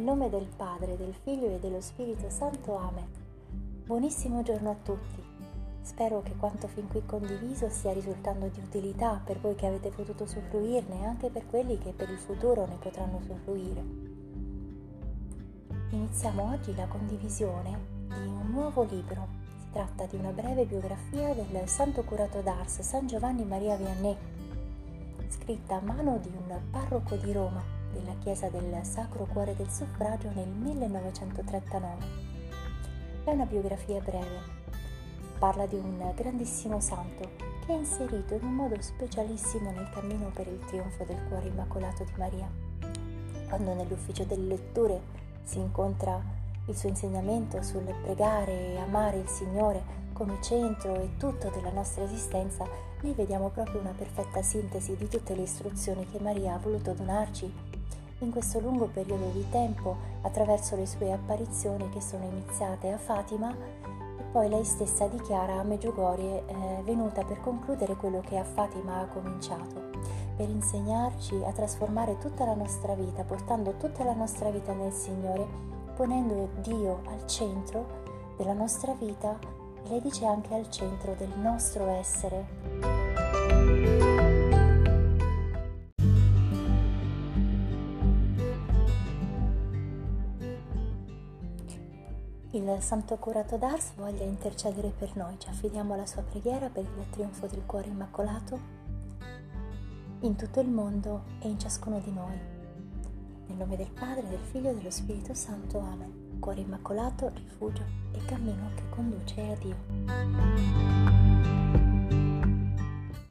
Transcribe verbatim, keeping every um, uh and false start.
nome del Padre, del Figlio e dello Spirito Santo. Amen. Buonissimo giorno a tutti. Spero che quanto fin qui condiviso stia risultando di utilità per voi che avete potuto usufruirne e anche per quelli che per il futuro ne potranno usufruire. Iniziamo oggi la condivisione di un nuovo libro. Si tratta di una breve biografia del Santo Curato d'Ars, San Giovanni Maria Vianney, scritta a mano di un parroco di Roma della Chiesa del Sacro Cuore del Suffragio nel millenovecentotrentanove. È una biografia breve. Parla di un grandissimo santo che è inserito in un modo specialissimo nel cammino per il trionfo del Cuore Immacolato di Maria. Quando nell'ufficio delle letture si incontra il suo insegnamento sul pregare e amare il Signore come centro e tutto della nostra esistenza, noi vediamo proprio una perfetta sintesi di tutte le istruzioni che Maria ha voluto donarci in questo lungo periodo di tempo attraverso le sue apparizioni che sono iniziate a Fatima e poi lei stessa dichiara a Medjugorje eh, venuta per concludere quello che a Fatima ha cominciato, per insegnarci a trasformare tutta la nostra vita, portando tutta la nostra vita nel Signore, ponendo Dio al centro della nostra vita e lei dice anche al centro del nostro essere. Il Santo Curato d'Ars voglia intercedere per noi, ci affidiamo alla sua preghiera per il trionfo del Cuore Immacolato in tutto il mondo e in ciascuno di noi. Nel nome del Padre, del Figlio e dello Spirito Santo. Amen. Cuore Immacolato, rifugio e cammino che conduce a Dio.